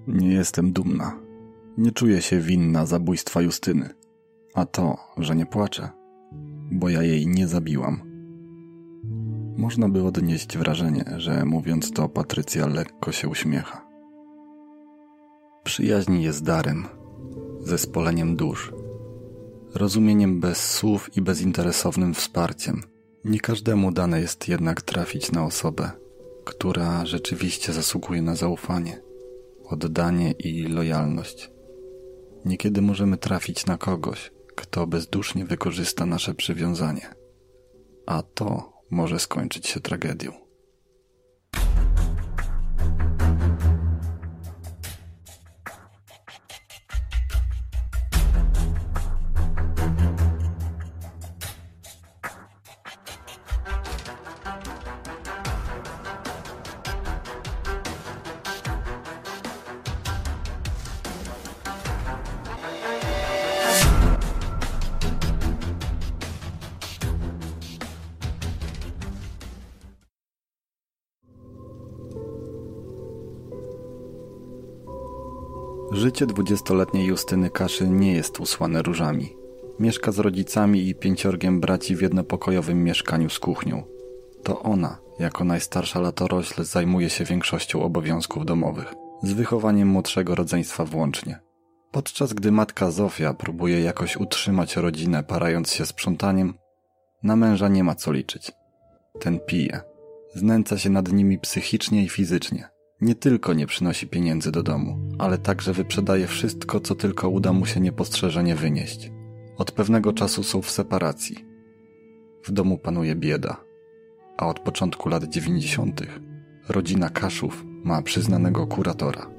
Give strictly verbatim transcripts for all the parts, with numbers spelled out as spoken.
Nie jestem dumna. Nie czuję się winna zabójstwa Justyny. A to, że nie płaczę, bo ja jej nie zabiłam. Można by odnieść wrażenie, że mówiąc to Patrycja lekko się uśmiecha. Przyjaźń jest darem, zespoleniem dusz, rozumieniem bez słów i bezinteresownym wsparciem. Nie każdemu dane jest jednak trafić na osobę, która rzeczywiście zasługuje na zaufanie, oddanie i lojalność. Niekiedy możemy trafić na kogoś, kto bezdusznie wykorzysta nasze przywiązanie, a to może skończyć się tragedią. Życie dwudziestoletniej Justyny Kaszy nie jest usłane różami. Mieszka z rodzicami i pięciorgiem braci w jednopokojowym mieszkaniu z kuchnią. To ona, jako najstarsza latorośl, zajmuje się większością obowiązków domowych, z wychowaniem młodszego rodzeństwa włącznie. Podczas gdy matka Zofia próbuje jakoś utrzymać rodzinę, parając się sprzątaniem, na męża nie ma co liczyć. Ten pije. Znęca się nad nimi psychicznie i fizycznie. Nie tylko nie przynosi pieniędzy do domu, ale także wyprzedaje wszystko, co tylko uda mu się niepostrzeżenie wynieść. Od pewnego czasu są w separacji. W domu panuje bieda, a od początku lat dziewięćdziesiątych rodzina Kaszów ma przyznanego kuratora.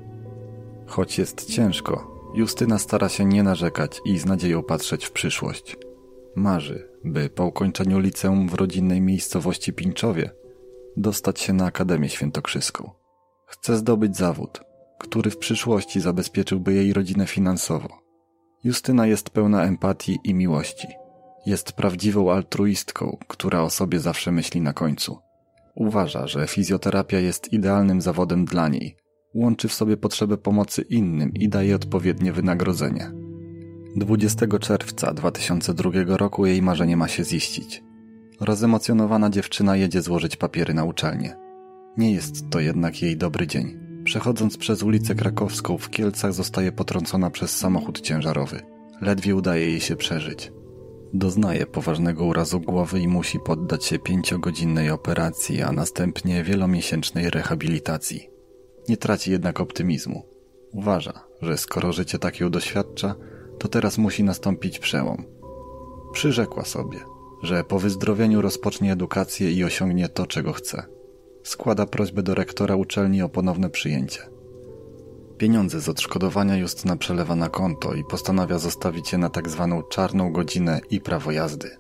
Choć jest ciężko, Justyna stara się nie narzekać i z nadzieją patrzeć w przyszłość. Marzy, by po ukończeniu liceum w rodzinnej miejscowości Pińczowie dostać się na Akademię Świętokrzyską. Chce zdobyć zawód, który w przyszłości zabezpieczyłby jej rodzinę finansowo. Justyna jest pełna empatii i miłości. Jest prawdziwą altruistką, która o sobie zawsze myśli na końcu. Uważa, że fizjoterapia jest idealnym zawodem dla niej. Łączy w sobie potrzebę pomocy innym i daje odpowiednie wynagrodzenie. dwudziestego czerwca dwa tysiące drugiego roku jej marzenie ma się ziścić. Rozemocjonowana dziewczyna jedzie złożyć papiery na uczelnię. Nie jest to jednak jej dobry dzień. Przechodząc przez ulicę Krakowską w Kielcach zostaje potrącona przez samochód ciężarowy. Ledwie udaje jej się przeżyć. Doznaje poważnego urazu głowy i musi poddać się pięciogodzinnej operacji, a następnie wielomiesięcznej rehabilitacji. Nie traci jednak optymizmu. Uważa, że skoro życie tak ją doświadcza, to teraz musi nastąpić przełom. Przyrzekła sobie, że po wyzdrowieniu rozpocznie edukację i osiągnie to, czego chce. Składa prośbę do rektora uczelni o ponowne przyjęcie. Pieniądze z odszkodowania Justyna przelewa na konto i postanawia zostawić je na tak zwaną czarną godzinę i prawo jazdy.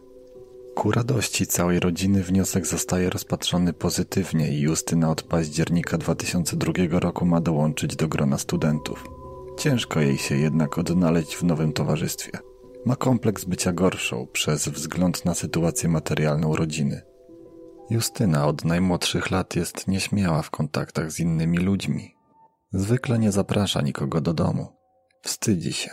Ku radości całej rodziny wniosek zostaje rozpatrzony pozytywnie i Justyna od października dwa tysiące drugiego roku ma dołączyć do grona studentów. Ciężko jej się jednak odnaleźć w nowym towarzystwie. Ma kompleks bycia gorszą przez wzgląd na sytuację materialną rodziny. Justyna od najmłodszych lat jest nieśmiała w kontaktach z innymi ludźmi. Zwykle nie zaprasza nikogo do domu. Wstydzi się.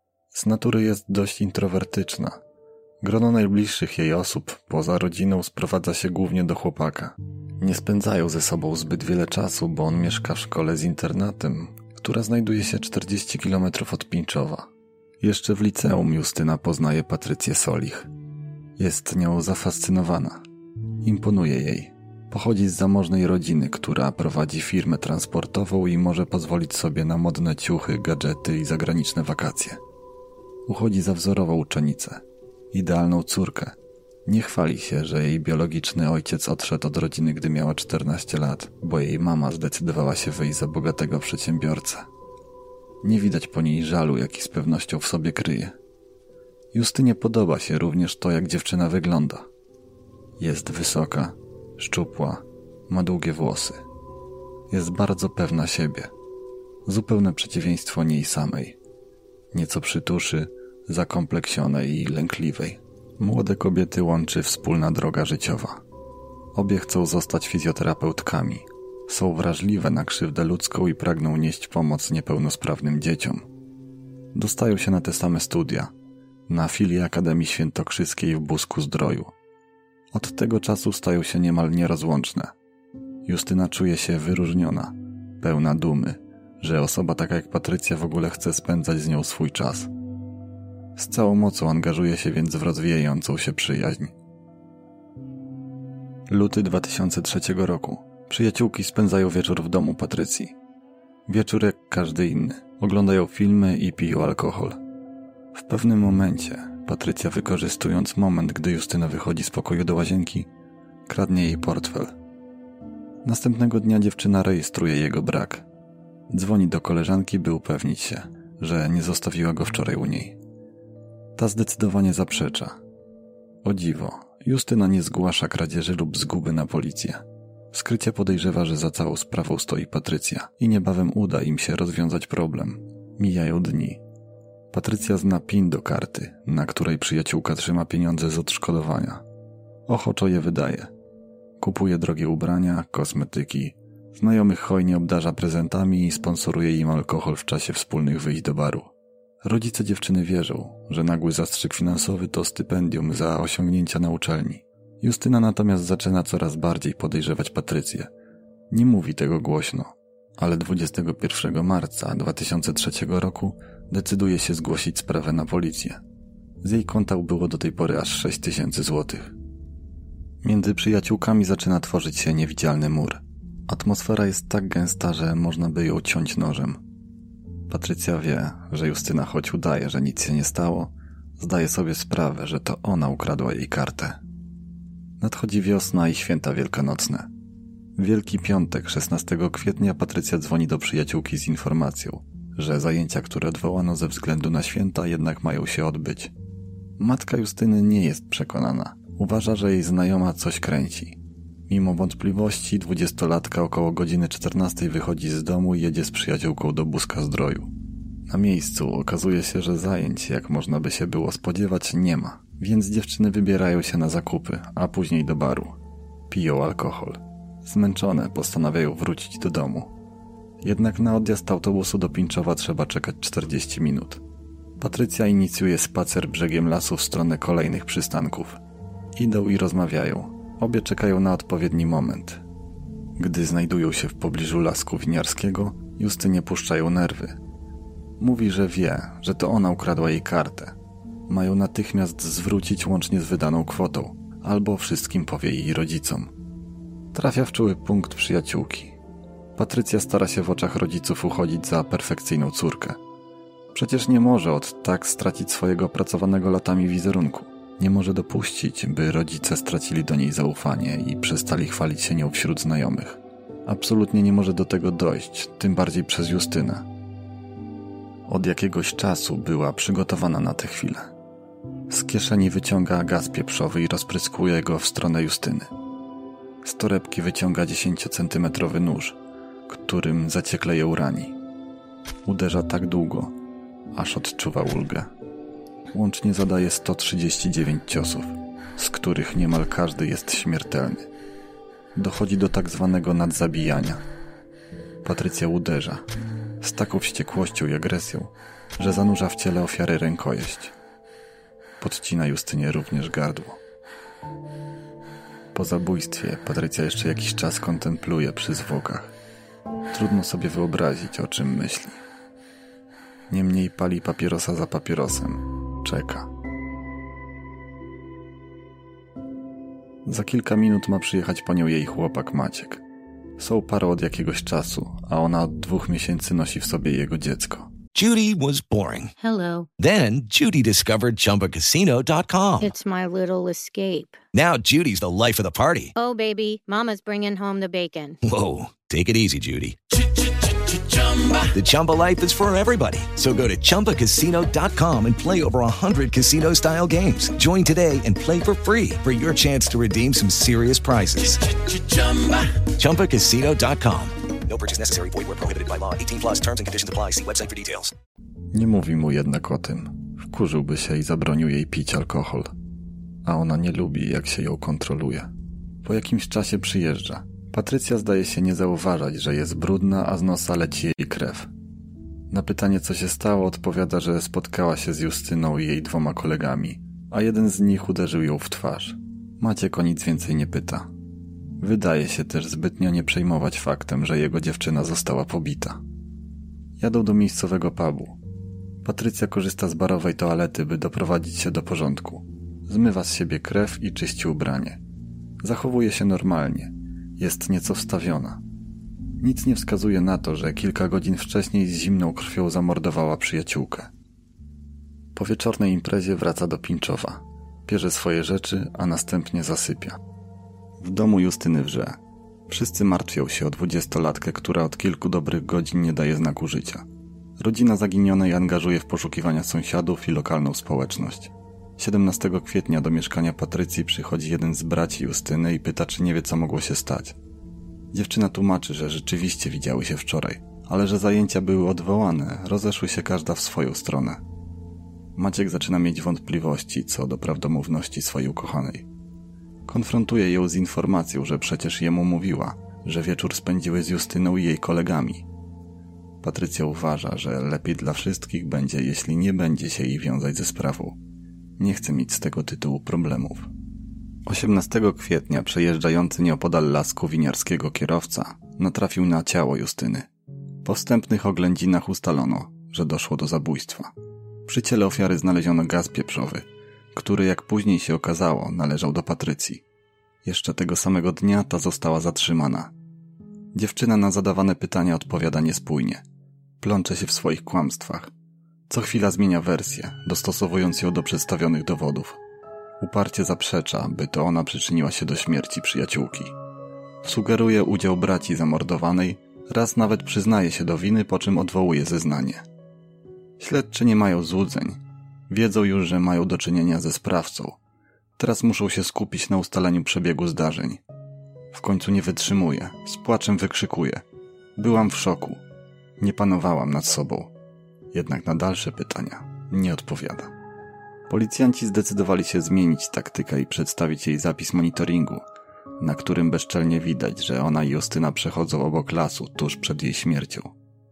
Z natury jest dość introwertyczna. Grono najbliższych jej osób poza rodziną sprowadza się głównie do chłopaka. Nie spędzają ze sobą zbyt wiele czasu, bo on mieszka w szkole z internatem, która znajduje się czterdzieści kilometrów od Pińczowa. Jeszcze w liceum Justyna poznaje Patrycję Solich. Jest nią zafascynowana. Imponuje jej. Pochodzi z zamożnej rodziny, która prowadzi firmę transportową i może pozwolić sobie na modne ciuchy, gadżety i zagraniczne wakacje. Uchodzi za wzorową uczennicę. Idealną córkę. Nie chwali się, że jej biologiczny ojciec odszedł od rodziny, gdy miała czternaście lat, bo jej mama zdecydowała się wyjść za bogatego przedsiębiorcę. Nie widać po niej żalu, jaki z pewnością w sobie kryje. Justynie podoba się również to, jak dziewczyna wygląda. Jest wysoka, szczupła, ma długie włosy. Jest bardzo pewna siebie. Zupełne przeciwieństwo niej samej. Nieco przytuszy, zakompleksionej i lękliwej. Młode kobiety łączy wspólna droga życiowa. Obie chcą zostać fizjoterapeutkami. Są wrażliwe na krzywdę ludzką i pragną nieść pomoc niepełnosprawnym dzieciom. Dostają się na te same studia, na filię Akademii Świętokrzyskiej w Busku-Zdroju. Od tego czasu stają się niemal nierozłączne. Justyna czuje się wyróżniona, pełna dumy, że osoba taka jak Patrycja w ogóle chce spędzać z nią swój czas. Z całą mocą angażuje się więc w rozwijającą się przyjaźń. Luty dwa tysiące trzeciego roku. Przyjaciółki spędzają wieczór w domu Patrycji. Wieczór jak każdy inny. Oglądają filmy i piją alkohol. W pewnym momencie Patrycja, wykorzystując moment, gdy Justyna wychodzi z pokoju do łazienki, kradnie jej portfel. Następnego dnia dziewczyna rejestruje jego brak. Dzwoni do koleżanki, by upewnić się, że nie zostawiła go wczoraj u niej. Ta zdecydowanie zaprzecza. O dziwo, Justyna nie zgłasza kradzieży lub zguby na policję. Skrycie podejrzewa, że za całą sprawą stoi Patrycja i niebawem uda im się rozwiązać problem. Mijają dni. Patrycja zna pin do karty, na której przyjaciółka trzyma pieniądze z odszkodowania. Ochoczo je wydaje. Kupuje drogie ubrania, kosmetyki. Znajomych hojnie obdarza prezentami i sponsoruje im alkohol w czasie wspólnych wyjść do baru. Rodzice dziewczyny wierzą, że nagły zastrzyk finansowy to stypendium za osiągnięcia na uczelni. Justyna natomiast zaczyna coraz bardziej podejrzewać Patrycję. Nie mówi tego głośno, ale dwudziestego pierwszego marca dwa tysiące trzeciego roku decyduje się zgłosić sprawę na policję. Z jej konta było do tej pory aż sześć tysięcy złotych. Między przyjaciółkami zaczyna tworzyć się niewidzialny mur. Atmosfera jest tak gęsta, że można by ją ciąć nożem. Patrycja wie, że Justyna choć udaje, że nic się nie stało, zdaje sobie sprawę, że to ona ukradła jej kartę. Nadchodzi wiosna i święta wielkanocne. Wielki Piątek, szesnastego kwietnia, Patrycja dzwoni do przyjaciółki z informacją, że zajęcia, które odwołano ze względu na święta, jednak mają się odbyć. Matka Justyny nie jest przekonana. Uważa, że jej znajoma coś kręci. Mimo wątpliwości, dwudziestolatka około godziny czternastej wychodzi z domu i jedzie z przyjaciółką do Buska-Zdroju. Na miejscu okazuje się, że zajęć, jak można by się było spodziewać, nie ma, więc dziewczyny wybierają się na zakupy, a później do baru. Piją alkohol. Zmęczone postanawiają wrócić do domu. Jednak na odjazd autobusu do Pińczowa trzeba czekać czterdzieści minut. Patrycja inicjuje spacer brzegiem lasu w stronę kolejnych przystanków. Idą i rozmawiają. Obie czekają na odpowiedni moment. Gdy znajdują się w pobliżu lasku winiarskiego, Justynie puszczają nerwy. Mówi, że wie, że to ona ukradła jej kartę. Mają natychmiast zwrócić łącznie z wydaną kwotą, albo wszystkim powie jej rodzicom. Trafia w czuły punkt przyjaciółki. Patrycja stara się w oczach rodziców uchodzić za perfekcyjną córkę. Przecież nie może od tak stracić swojego opracowanego latami wizerunku. Nie może dopuścić, by rodzice stracili do niej zaufanie i przestali chwalić się nią wśród znajomych. Absolutnie nie może do tego dojść, tym bardziej przez Justynę. Od jakiegoś czasu była przygotowana na tę chwilę. Z kieszeni wyciąga gaz pieprzowy i rozpryskuje go w stronę Justyny. Z torebki wyciąga dziesięciocentymetrowy nóż, którym zaciekle ją rani. Uderza tak długo, aż odczuwa ulgę. Łącznie zadaje sto trzydzieści dziewięć ciosów, z których niemal każdy jest śmiertelny. Dochodzi do tak zwanego nadzabijania. Patrycja uderza z taką wściekłością i agresją, że zanurza w ciele ofiary rękojeść. Podcina Justynie również gardło. Po zabójstwie Patrycja jeszcze jakiś czas kontempluje przy zwłokach. Trudno sobie wyobrazić, o czym myśli. Niemniej pali papierosa za papierosem. Czeka. Za kilka minut ma przyjechać po nią jej chłopak Maciek. Są parą od jakiegoś czasu, a ona od dwóch miesięcy nosi w sobie jego dziecko. Judy was boring. Hello. Then Judy discovered Chumba Casino dot com. It's my little escape. Now Judy's the life of the party. Oh, baby, mama's bringing home the bacon. Whoa, take it easy, Judy. The Chumba life is for everybody. So go to Chumba Casino dot com and play over one hundred casino-style games. Join today and play for free for your chance to redeem some serious prizes. Chumba Casino dot com. No purchase necessary. Void where prohibited by law. eighteen plus terms and conditions apply. See website for details. Nie mówi mu jednak o tym. Wkurzyłby się i zabronił jej pić alkohol. A ona nie lubi, jak się ją kontroluje. Po jakimś czasie przyjeżdża. Patrycja zdaje się nie zauważać, że jest brudna, a z nosa leci jej krew. Na pytanie, co się stało, odpowiada, że spotkała się z Justyną i jej dwoma kolegami, a jeden z nich uderzył ją w twarz. Maciek o nic więcej nie pyta. Wydaje się też zbytnio nie przejmować faktem, że jego dziewczyna została pobita. Jadą do miejscowego pubu. Patrycja korzysta z barowej toalety, by doprowadzić się do porządku. Zmywa z siebie krew i czyści ubranie. Zachowuje się normalnie. Jest nieco wstawiona. Nic nie wskazuje na to, że kilka godzin wcześniej z zimną krwią zamordowała przyjaciółkę. Po wieczornej imprezie wraca do Pińczowa. Bierze swoje rzeczy, a następnie zasypia. W domu Justyny wrze. Wszyscy martwią się o dwudziestolatkę, która od kilku dobrych godzin nie daje znaku życia. Rodzina zaginionej angażuje w poszukiwania sąsiadów i lokalną społeczność. siedemnastego kwietnia do mieszkania Patrycji przychodzi jeden z braci Justyny i pyta, czy nie wie, co mogło się stać. Dziewczyna tłumaczy, że rzeczywiście widziały się wczoraj, ale że zajęcia były odwołane, rozeszły się każda w swoją stronę. Maciek zaczyna mieć wątpliwości co do prawdomówności swojej ukochanej. Konfrontuje ją z informacją, że przecież jemu mówiła, że wieczór spędziły z Justyną i jej kolegami. Patrycja uważa, że lepiej dla wszystkich będzie, jeśli nie będzie się jej wiązać ze sprawą. Nie chce mieć z tego tytułu problemów. osiemnastego kwietnia przejeżdżający nieopodal lasku winiarskiego kierowca natrafił na ciało Justyny. Po wstępnych oględzinach ustalono, że doszło do zabójstwa. Przy ciele ofiary znaleziono gaz pieprzowy, który, jak później się okazało, należał do Patrycji. Jeszcze tego samego dnia ta została zatrzymana. Dziewczyna na zadawane pytania odpowiada niespójnie. Plącze się w swoich kłamstwach. Co chwila zmienia wersję, dostosowując ją do przedstawionych dowodów. Uparcie zaprzecza, by to ona przyczyniła się do śmierci przyjaciółki. Sugeruje udział braci zamordowanej, raz nawet przyznaje się do winy, po czym odwołuje zeznanie. Śledczy nie mają złudzeń. Wiedzą już, że mają do czynienia ze sprawcą. Teraz muszą się skupić na ustaleniu przebiegu zdarzeń. W końcu nie wytrzymuje, z płaczem wykrzykuje. Byłam w szoku. Nie panowałam nad sobą. Jednak na dalsze pytania nie odpowiada. Policjanci zdecydowali się zmienić taktykę i przedstawić jej zapis monitoringu, na którym bezczelnie widać, że ona i Justyna przechodzą obok lasu tuż przed jej śmiercią.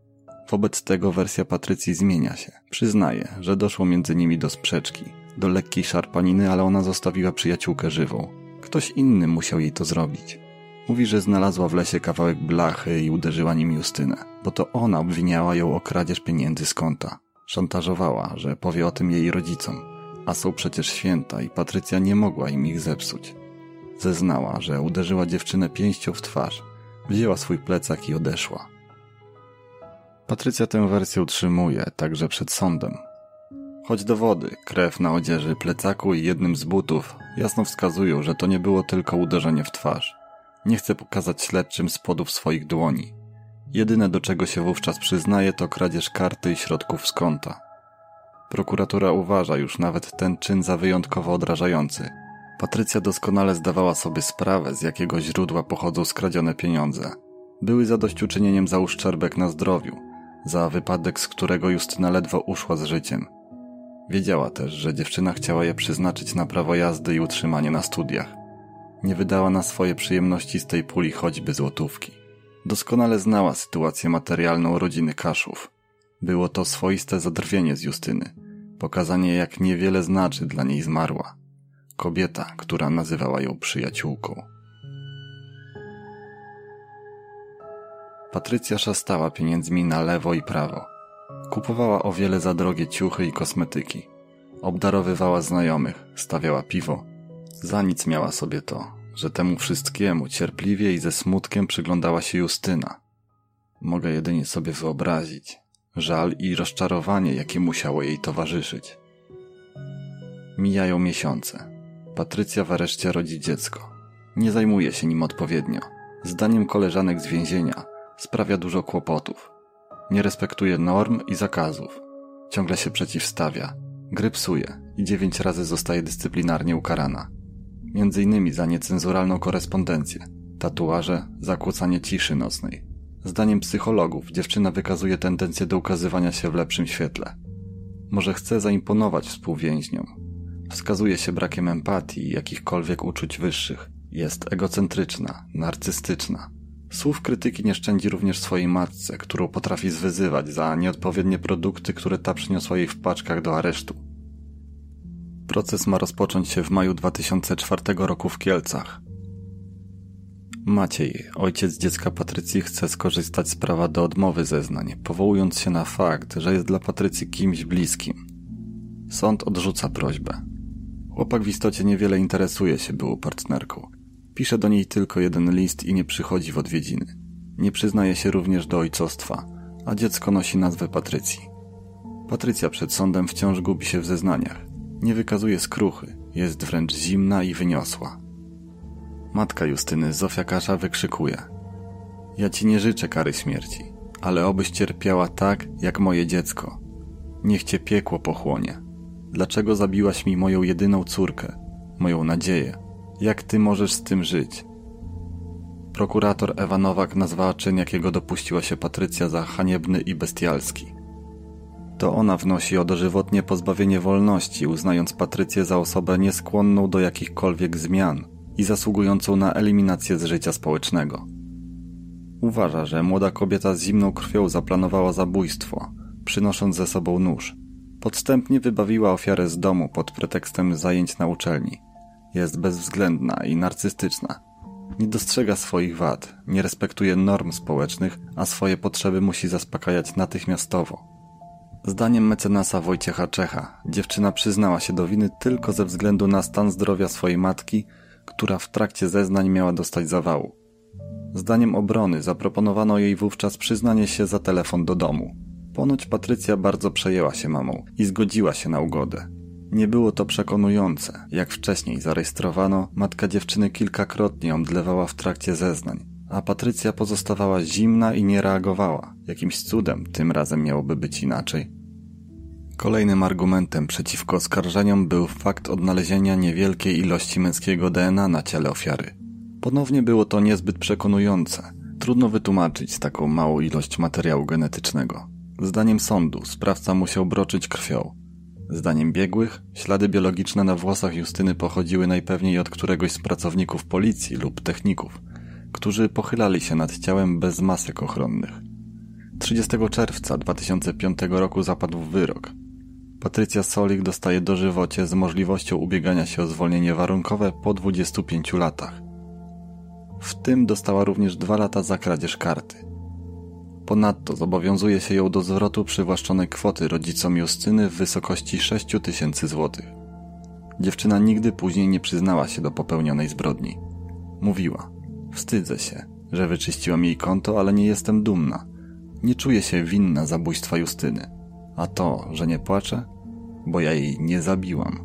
Wobec tego wersja Patrycji zmienia się. Przyznaje, że doszło między nimi do sprzeczki, do lekkiej szarpaniny, ale ona zostawiła przyjaciółkę żywą. Ktoś inny musiał jej to zrobić. Mówi, że znalazła w lesie kawałek blachy i uderzyła nim Justynę, bo to ona obwiniała ją o kradzież pieniędzy z konta. Szantażowała, że powie o tym jej rodzicom, a są przecież święta i Patrycja nie mogła im ich zepsuć. Zeznała, że uderzyła dziewczynę pięścią w twarz, wzięła swój plecak i odeszła. Patrycja tę wersję utrzymuje także przed sądem. Choć dowody, krew na odzieży, plecaku i jednym z butów jasno wskazują, że to nie było tylko uderzenie w twarz. Nie chce pokazać śledczym spodów swoich dłoni. Jedyne, do czego się wówczas przyznaje, to kradzież karty i środków z konta. Prokuratura uważa już nawet ten czyn za wyjątkowo odrażający. Patrycja doskonale zdawała sobie sprawę, z jakiego źródła pochodzą skradzione pieniądze. Były zadośćuczynieniem za uszczerbek na zdrowiu, za wypadek, z którego Justyna ledwo uszła z życiem. Wiedziała też, że dziewczyna chciała je przeznaczyć na prawo jazdy i utrzymanie na studiach. Nie wydała na swoje przyjemności z tej puli choćby złotówki. Doskonale znała sytuację materialną rodziny Kaszów. Było to swoiste zadrwienie z Justyny, pokazanie, jak niewiele znaczy dla niej zmarła. Kobieta, która nazywała ją przyjaciółką. Patrycja szastała pieniędzmi na lewo i prawo. Kupowała o wiele za drogie ciuchy i kosmetyki. Obdarowywała znajomych, stawiała piwo. Za nic miała sobie to, że temu wszystkiemu cierpliwie i ze smutkiem przyglądała się Justyna. Mogę jedynie sobie wyobrazić żal i rozczarowanie, jakie musiało jej towarzyszyć. Mijają miesiące. Patrycja wreszcie rodzi dziecko. Nie zajmuje się nim odpowiednio. Zdaniem koleżanek z więzienia sprawia dużo kłopotów. Nie respektuje norm i zakazów. Ciągle się przeciwstawia. Grypsuje i dziewięć razy zostaje dyscyplinarnie ukarana. Między innymi za niecenzuralną korespondencję, tatuaże, zakłócanie ciszy nocnej. Zdaniem psychologów dziewczyna wykazuje tendencję do ukazywania się w lepszym świetle. Może chce zaimponować współwięźniom. Wskazuje się brakiem empatii i jakichkolwiek uczuć wyższych Jest egocentryczna, narcystyczna. Słów krytyki nie szczędzi również swojej matce, którą potrafi zwyzywać za nieodpowiednie produkty, które ta przyniosła jej w paczkach do aresztu. Proces ma rozpocząć się w maju dwa tysiące czwartego roku w Kielcach. Maciej, ojciec dziecka Patrycji, chce skorzystać z prawa do odmowy zeznań, powołując się na fakt, że jest dla Patrycji kimś bliskim. Sąd odrzuca prośbę. Chłopak w istocie niewiele interesuje się byłą partnerką. Pisze do niej tylko jeden list i nie przychodzi w odwiedziny. Nie przyznaje się również do ojcostwa, a dziecko nosi nazwę Patrycji. Patrycja przed sądem wciąż gubi się w zeznaniach. Nie wykazuje skruchy, jest wręcz zimna i wyniosła. Matka Justyny, Zofia Kasza, wykrzykuje: ja ci nie życzę kary śmierci, ale obyś cierpiała tak, jak moje dziecko. Niech cię piekło pochłonie. Dlaczego zabiłaś mi moją jedyną córkę, moją nadzieję? Jak ty możesz z tym żyć? Prokurator Ewa Nowak nazwała czyn, jakiego dopuściła się Patrycja, za haniebny i bestialski. To ona wnosi o dożywotnie pozbawienie wolności, uznając Patrycję za osobę nieskłonną do jakichkolwiek zmian i zasługującą na eliminację z życia społecznego. Uważa, że młoda kobieta z zimną krwią zaplanowała zabójstwo, przynosząc ze sobą nóż. Podstępnie wybawiła ofiarę z domu pod pretekstem zajęć na uczelni. Jest bezwzględna i narcystyczna. Nie dostrzega swoich wad, nie respektuje norm społecznych, a swoje potrzeby musi zaspokajać natychmiastowo. Zdaniem mecenasa Wojciecha Czecha, dziewczyna przyznała się do winy tylko ze względu na stan zdrowia swojej matki, która w trakcie zeznań miała dostać zawału. Zdaniem obrony zaproponowano jej wówczas przyznanie się za telefon do domu. Ponoć Patrycja bardzo przejęła się mamą i zgodziła się na ugodę. Nie było to przekonujące. Jak wcześniej zarejestrowano, matka dziewczyny kilkakrotnie omdlewała w trakcie zeznań, a Patrycja pozostawała zimna i nie reagowała. Jakimś cudem tym razem miałoby być inaczej. Kolejnym argumentem przeciwko oskarżeniom był fakt odnalezienia niewielkiej ilości męskiego D N A na ciele ofiary. Ponownie było to niezbyt przekonujące. Trudno wytłumaczyć taką małą ilość materiału genetycznego. Zdaniem sądu sprawca musiał broczyć krwią. Zdaniem biegłych, ślady biologiczne na włosach Justyny pochodziły najpewniej od któregoś z pracowników policji lub techników, którzy pochylali się nad ciałem bez masek ochronnych. trzydziestego czerwca dwa tysiące piątego roku zapadł wyrok. Patrycja Solik dostaje dożywocie z możliwością ubiegania się o zwolnienie warunkowe po dwudziestu pięciu latach. W tym dostała również dwa lata za kradzież karty. Ponadto zobowiązuje się ją do zwrotu przywłaszczonej kwoty rodzicom Justyny w wysokości sześć tysięcy złotych. Dziewczyna nigdy później nie przyznała się do popełnionej zbrodni. Mówiła: wstydzę się, że wyczyściłam jej konto, ale nie jestem dumna. Nie czuję się winna zabójstwa Justyny. A to, że nie płaczę? Bo ja jej nie zabiłam.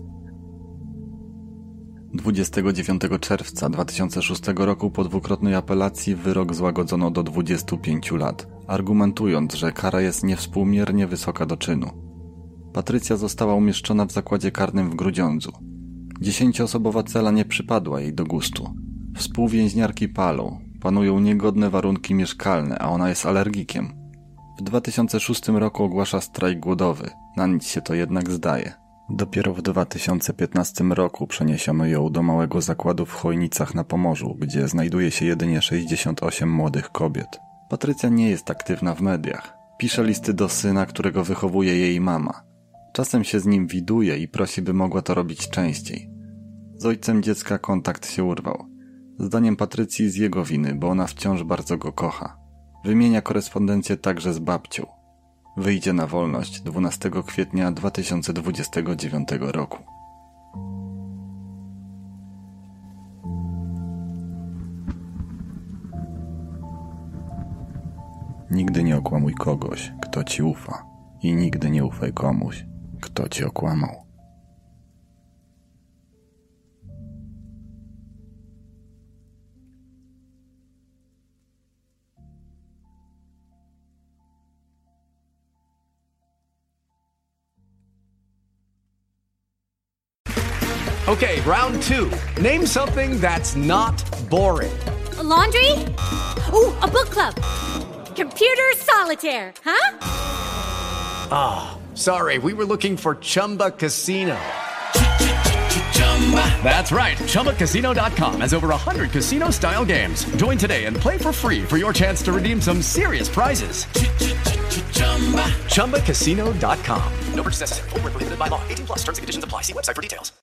dwudziestego dziewiątego czerwca dwa tysiące szóstego roku po dwukrotnej apelacji wyrok złagodzono do dwudziestu pięciu lat, argumentując, że kara jest niewspółmiernie wysoka do czynu. Patrycja została umieszczona w zakładzie karnym w Grudziądzu. Dziesięcioosobowa cela nie przypadła jej do gustu. Współwięźniarki palą, panują niegodne warunki mieszkalne, a ona jest alergikiem. W dwa tysiące szóstym roku ogłasza strajk głodowy, na nic się to jednak zdaje. Dopiero w dwa tysiące piętnastym roku przeniesiono ją do małego zakładu w Chojnicach na Pomorzu, gdzie znajduje się jedynie sześćdziesiąt osiem młodych kobiet. Patrycja nie jest aktywna w mediach. Pisze listy do syna, którego wychowuje jej mama. Czasem się z nim widuje i prosi, by mogła to robić częściej. Z ojcem dziecka kontakt się urwał. Zdaniem Patrycji z jego winy, bo ona wciąż bardzo go kocha. Wymienia korespondencję także z babcią. Wyjdzie na wolność dwunastego kwietnia dwa tysiące dwudziestego dziewiątego roku. Nigdy nie okłamuj kogoś, kto ci ufa, i nigdy nie ufaj komuś, kto ci okłamał. Okay, round two. Name something that's not boring. A laundry? Ooh, a book club. Computer solitaire, huh? Ah, oh, sorry, we were looking for Chumba Casino. That's right. Chumba Casino dot com has over one hundred casino-style games. Join today and play for free for your chance to redeem some serious prizes. Chumba Casino dot com. No purchase necessary. Void where prohibited by law. eighteen plus terms and conditions apply. See website for details.